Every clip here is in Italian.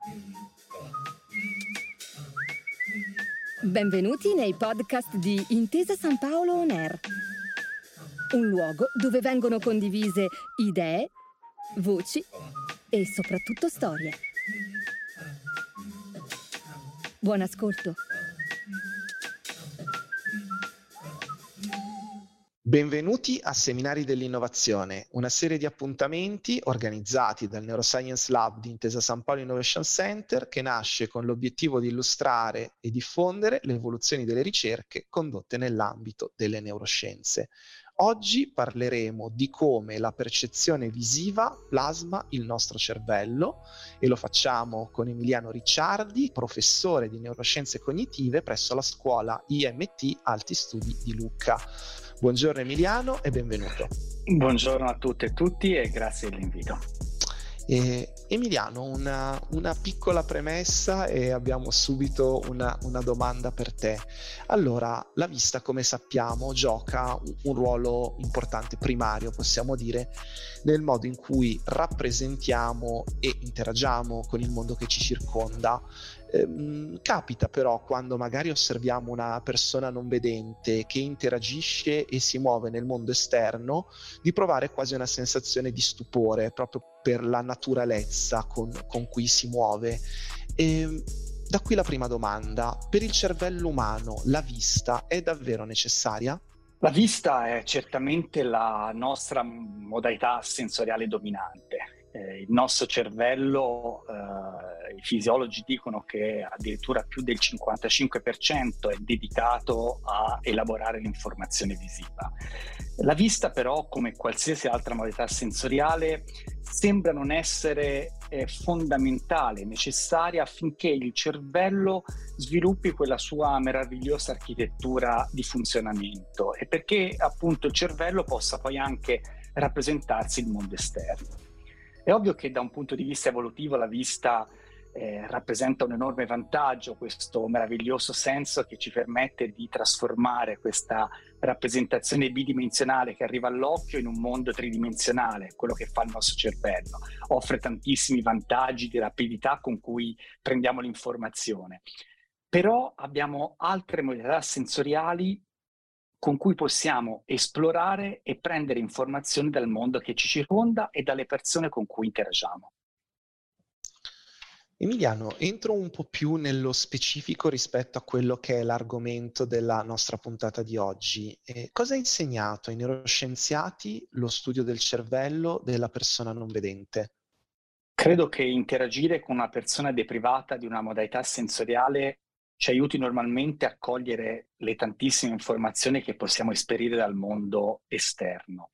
Benvenuti nei podcast di Intesa San Paolo On Air, un luogo dove vengono condivise idee, voci e soprattutto storie. Buon ascolto. Benvenuti a Seminari dell'Innovazione, una serie di appuntamenti organizzati dal Neuroscience Lab di Intesa San Paolo Innovation Center che nasce con l'obiettivo di illustrare e diffondere le evoluzioni delle ricerche condotte nell'ambito delle neuroscienze. Oggi parleremo di come la percezione visiva plasma il nostro cervello e lo facciamo con Emiliano Ricciardi, professore di neuroscienze cognitive presso la scuola IMT Alti Studi di Lucca. Buongiorno Emiliano e benvenuto. Buongiorno a tutte e tutti e grazie dell'invito. Emiliano, una piccola premessa e abbiamo subito una domanda per te. Allora, la vista, come sappiamo, gioca un ruolo importante, primario, possiamo dire, nel modo in cui rappresentiamo e interagiamo con il mondo che ci circonda. Capita però, quando magari osserviamo una persona non vedente che interagisce e si muove nel mondo esterno, di provare quasi una sensazione di stupore proprio per la naturalezza con cui si muove. Da qui la prima domanda: per il cervello umano la vista è davvero necessaria? La vista è certamente la nostra modalità sensoriale dominante. Il nostro cervello, i fisiologi dicono che addirittura più del 55% è dedicato a elaborare l'informazione visiva. La vista però, come qualsiasi altra modalità sensoriale, sembra non essere fondamentale, necessaria affinché il cervello sviluppi quella sua meravigliosa architettura di funzionamento e perché appunto il cervello possa poi anche rappresentarsi il mondo esterno. È ovvio che da un punto di vista evolutivo la vista rappresenta un enorme vantaggio, questo meraviglioso senso che ci permette di trasformare questa rappresentazione bidimensionale che arriva all'occhio in un mondo tridimensionale, quello che fa il nostro cervello. Offre tantissimi vantaggi di rapidità con cui prendiamo l'informazione. Però abbiamo altre modalità sensoriali con cui possiamo esplorare e prendere informazioni dal mondo che ci circonda e dalle persone con cui interagiamo. Emiliano, entro un po' più nello specifico rispetto a quello che è l'argomento della nostra puntata di oggi. Cosa ha insegnato ai neuroscienziati lo studio del cervello della persona non vedente? Credo che interagire con una persona deprivata di una modalità sensoriale ci aiuti normalmente a cogliere le tantissime informazioni che possiamo esperire dal mondo esterno.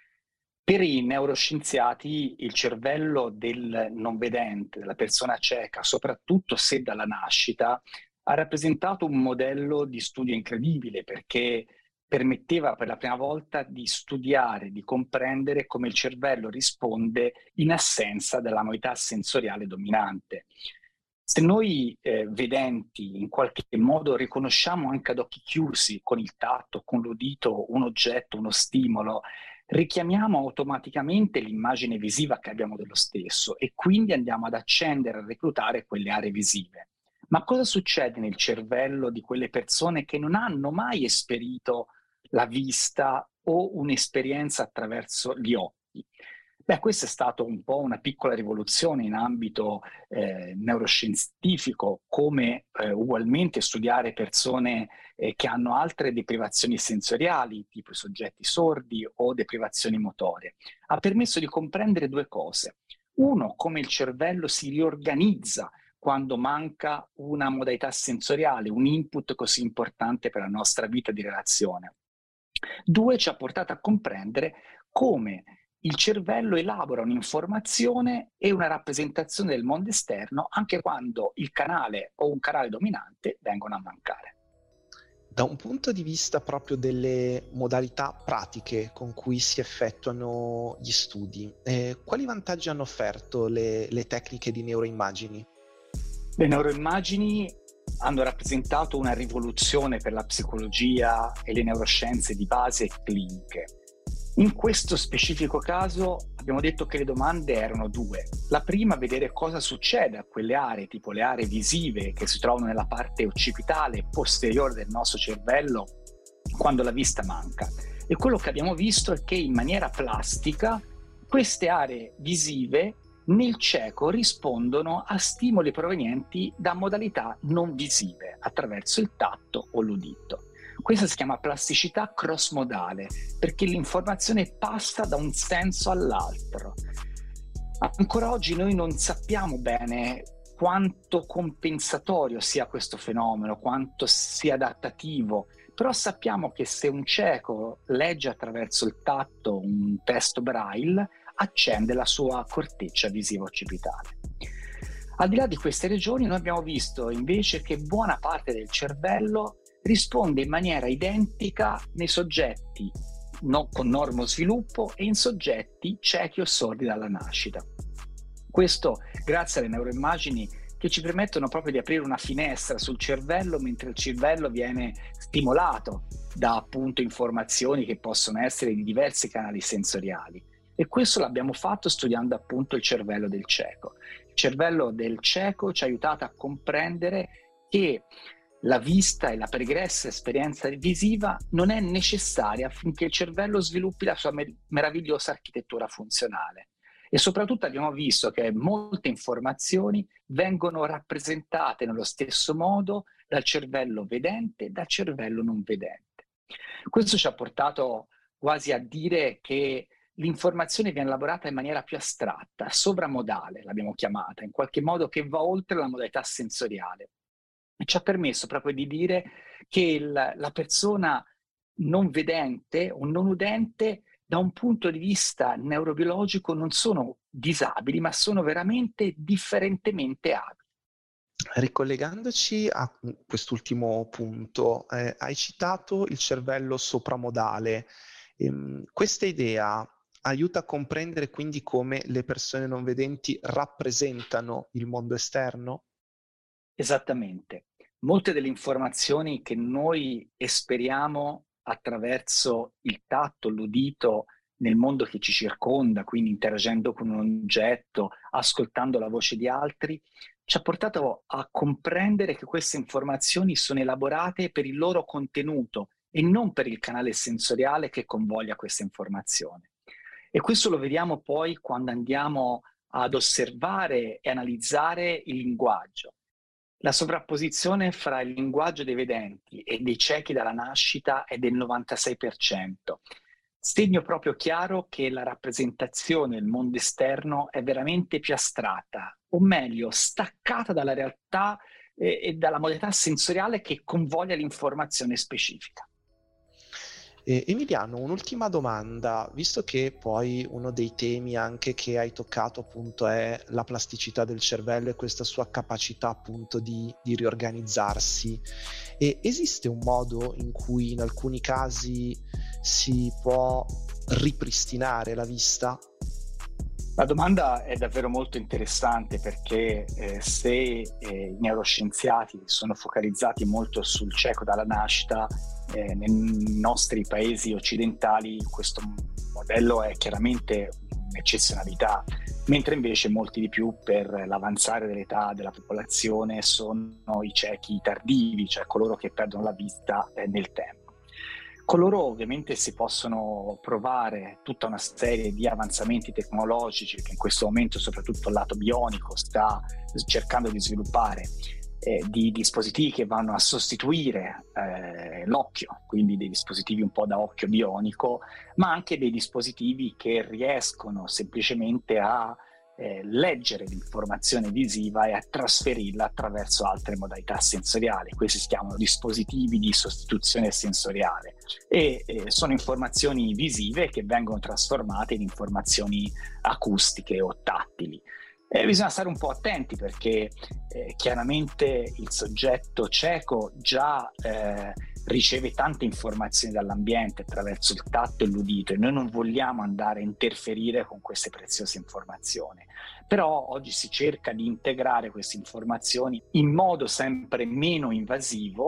Per i neuroscienziati il cervello del non vedente, della persona cieca, soprattutto se dalla nascita, ha rappresentato un modello di studio incredibile perché permetteva per la prima volta di studiare, di comprendere come il cervello risponde in assenza della modalità sensoriale dominante. Se noi vedenti in qualche modo riconosciamo anche ad occhi chiusi, con il tatto, con l'udito, un oggetto, uno stimolo, richiamiamo automaticamente l'immagine visiva che abbiamo dello stesso e quindi andiamo ad accendere e reclutare quelle aree visive. Ma cosa succede nel cervello di quelle persone che non hanno mai esperito la vista o un'esperienza attraverso gli occhi? Questa è stata un po' una piccola rivoluzione in ambito neuroscientifico, come ugualmente studiare persone che hanno altre deprivazioni sensoriali, tipo i soggetti sordi o deprivazioni motorie. Ha permesso di comprendere due cose. Uno, come il cervello si riorganizza quando manca una modalità sensoriale, un input così importante per la nostra vita di relazione. Due, ci ha portato a comprendere come il cervello elabora un'informazione e una rappresentazione del mondo esterno anche quando il canale o un canale dominante vengono a mancare. Da un punto di vista proprio delle modalità pratiche con cui si effettuano gli studi, quali vantaggi hanno offerto le tecniche di neuroimmagini? Le neuroimmagini hanno rappresentato una rivoluzione per la psicologia e le neuroscienze di base e cliniche. In questo specifico caso abbiamo detto che le domande erano due. La prima, vedere cosa succede a quelle aree, tipo le aree visive che si trovano nella parte occipitale posteriore del nostro cervello quando la vista manca. E quello che abbiamo visto è che in maniera plastica queste aree visive nel cieco rispondono a stimoli provenienti da modalità non visive attraverso il tatto o l'udito. Questa si chiama plasticità cross-modale, perché l'informazione passa da un senso all'altro. Ancora oggi noi non sappiamo bene quanto compensatorio sia questo fenomeno, quanto sia adattativo, però sappiamo che se un cieco legge attraverso il tatto un testo Braille, accende la sua corteccia visiva occipitale. Al di là di queste regioni, noi abbiamo visto invece che buona parte del cervello risponde in maniera identica nei soggetti con normosviluppo e in soggetti ciechi o sordi dalla nascita. Questo grazie alle neuroimmagini che ci permettono proprio di aprire una finestra sul cervello mentre il cervello viene stimolato da appunto informazioni che possono essere di diversi canali sensoriali. E questo l'abbiamo fatto studiando appunto il cervello del cieco. Il cervello del cieco ci ha aiutato a comprendere che la vista e la pregressa esperienza visiva non è necessaria affinché il cervello sviluppi la sua meravigliosa architettura funzionale. E soprattutto abbiamo visto che molte informazioni vengono rappresentate nello stesso modo dal cervello vedente e dal cervello non vedente. Questo ci ha portato quasi a dire che l'informazione viene elaborata in maniera più astratta, sovramodale l'abbiamo chiamata, in qualche modo che va oltre la modalità sensoriale. E ci ha permesso proprio di dire che la persona non vedente o non udente da un punto di vista neurobiologico non sono disabili, ma sono veramente differentemente abili. Ricollegandoci a quest'ultimo punto, hai citato il cervello sopramodale. Questa idea aiuta a comprendere quindi come le persone non vedenti rappresentano il mondo esterno? Esattamente. Molte delle informazioni che noi esperiamo attraverso il tatto, l'udito nel mondo che ci circonda, quindi interagendo con un oggetto, ascoltando la voce di altri, ci ha portato a comprendere che queste informazioni sono elaborate per il loro contenuto e non per il canale sensoriale che convoglia questa informazione. E questo lo vediamo poi quando andiamo ad osservare e analizzare il linguaggio. La sovrapposizione fra il linguaggio dei vedenti e dei ciechi dalla nascita è del 96%, segno proprio chiaro che la rappresentazione del mondo esterno è veramente più astratta, o meglio, staccata dalla realtà e dalla modalità sensoriale che convoglia l'informazione specifica. Emiliano, un'ultima domanda, visto che poi uno dei temi anche che hai toccato appunto è la plasticità del cervello e questa sua capacità appunto di riorganizzarsi, esiste un modo in cui in alcuni casi si può ripristinare la vista? La domanda è davvero molto interessante perché se i neuroscienziati sono focalizzati molto sul cieco dalla nascita, nei nostri paesi occidentali questo modello è chiaramente un'eccezionalità, mentre invece molti di più per l'avanzare dell'età della popolazione sono i ciechi tardivi, cioè coloro che perdono la vista nel tempo. Con loro ovviamente si possono provare tutta una serie di avanzamenti tecnologici che in questo momento soprattutto il lato bionico sta cercando di sviluppare, di dispositivi che vanno a sostituire l'occhio, quindi dei dispositivi un po' da occhio bionico, ma anche dei dispositivi che riescono semplicemente a leggere l'informazione visiva e a trasferirla attraverso altre modalità sensoriali. Questi si chiamano dispositivi di sostituzione sensoriale e sono informazioni visive che vengono trasformate in informazioni acustiche o tattili. Bisogna stare un po' attenti perché chiaramente il soggetto cieco già riceve tante informazioni dall'ambiente attraverso il tatto e l'udito e noi non vogliamo andare a interferire con queste preziose informazioni. Però oggi si cerca di integrare queste informazioni in modo sempre meno invasivo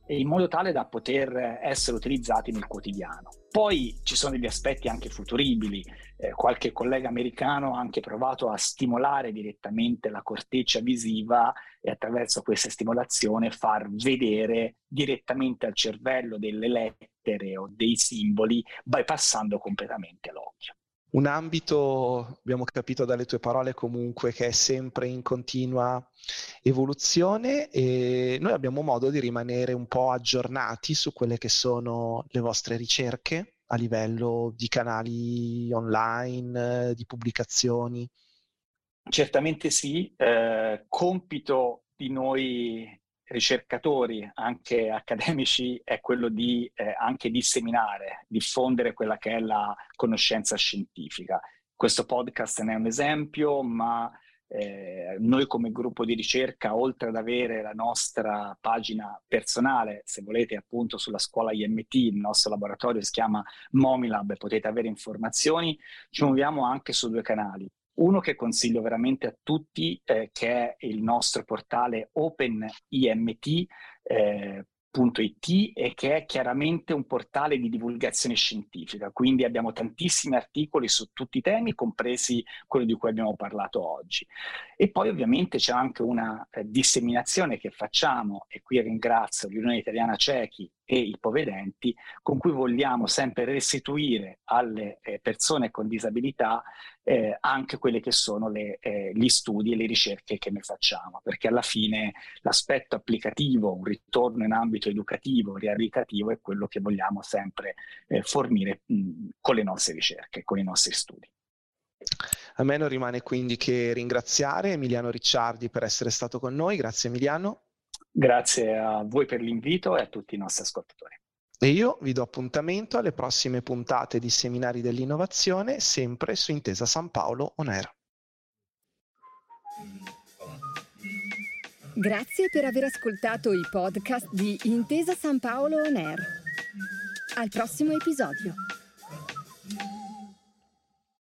e in modo tale da poter essere utilizzati nel quotidiano. Poi ci sono degli aspetti anche futuribili. Qualche collega americano ha anche provato a stimolare direttamente la corteccia visiva e attraverso questa stimolazione far vedere direttamente al cervello delle lettere o dei simboli, bypassando completamente l'occhio. Un ambito, abbiamo capito dalle tue parole comunque, che è sempre in continua evoluzione, e noi abbiamo modo di rimanere un po' aggiornati su quelle che sono le vostre ricerche a livello di canali online, di pubblicazioni. Certamente sì, compito di noi ricercatori, anche accademici, è quello di anche disseminare, diffondere quella che è la conoscenza scientifica. Questo podcast ne è un esempio, ma noi come gruppo di ricerca, oltre ad avere la nostra pagina personale, se volete appunto sulla scuola IMT, il nostro laboratorio si chiama Momilab, potete avere informazioni, ci muoviamo anche su 2 canali. Uno che consiglio veramente a tutti, che è il nostro portale OpenIMT.it, e che è chiaramente un portale di divulgazione scientifica, quindi abbiamo tantissimi articoli su tutti i temi, compresi quello di cui abbiamo parlato oggi. E poi ovviamente c'è anche una disseminazione che facciamo, e qui ringrazio l'Unione Italiana Ciechi e ipovedenti, con cui vogliamo sempre restituire alle persone con disabilità anche quelle che sono gli studi e le ricerche che noi facciamo, perché alla fine l'aspetto applicativo, un ritorno in ambito educativo, riabilitativo, è quello che vogliamo sempre fornire con le nostre ricerche, con i nostri studi. A me non rimane quindi che ringraziare Emiliano Ricciardi per essere stato con noi. Grazie Emiliano. Grazie a voi per l'invito e a tutti i nostri ascoltatori. E io vi do appuntamento alle prossime puntate di Seminari dell'Innovazione, sempre su Intesa San Paolo On Air. Grazie per aver ascoltato i podcast di Intesa San Paolo On Air. Al prossimo episodio.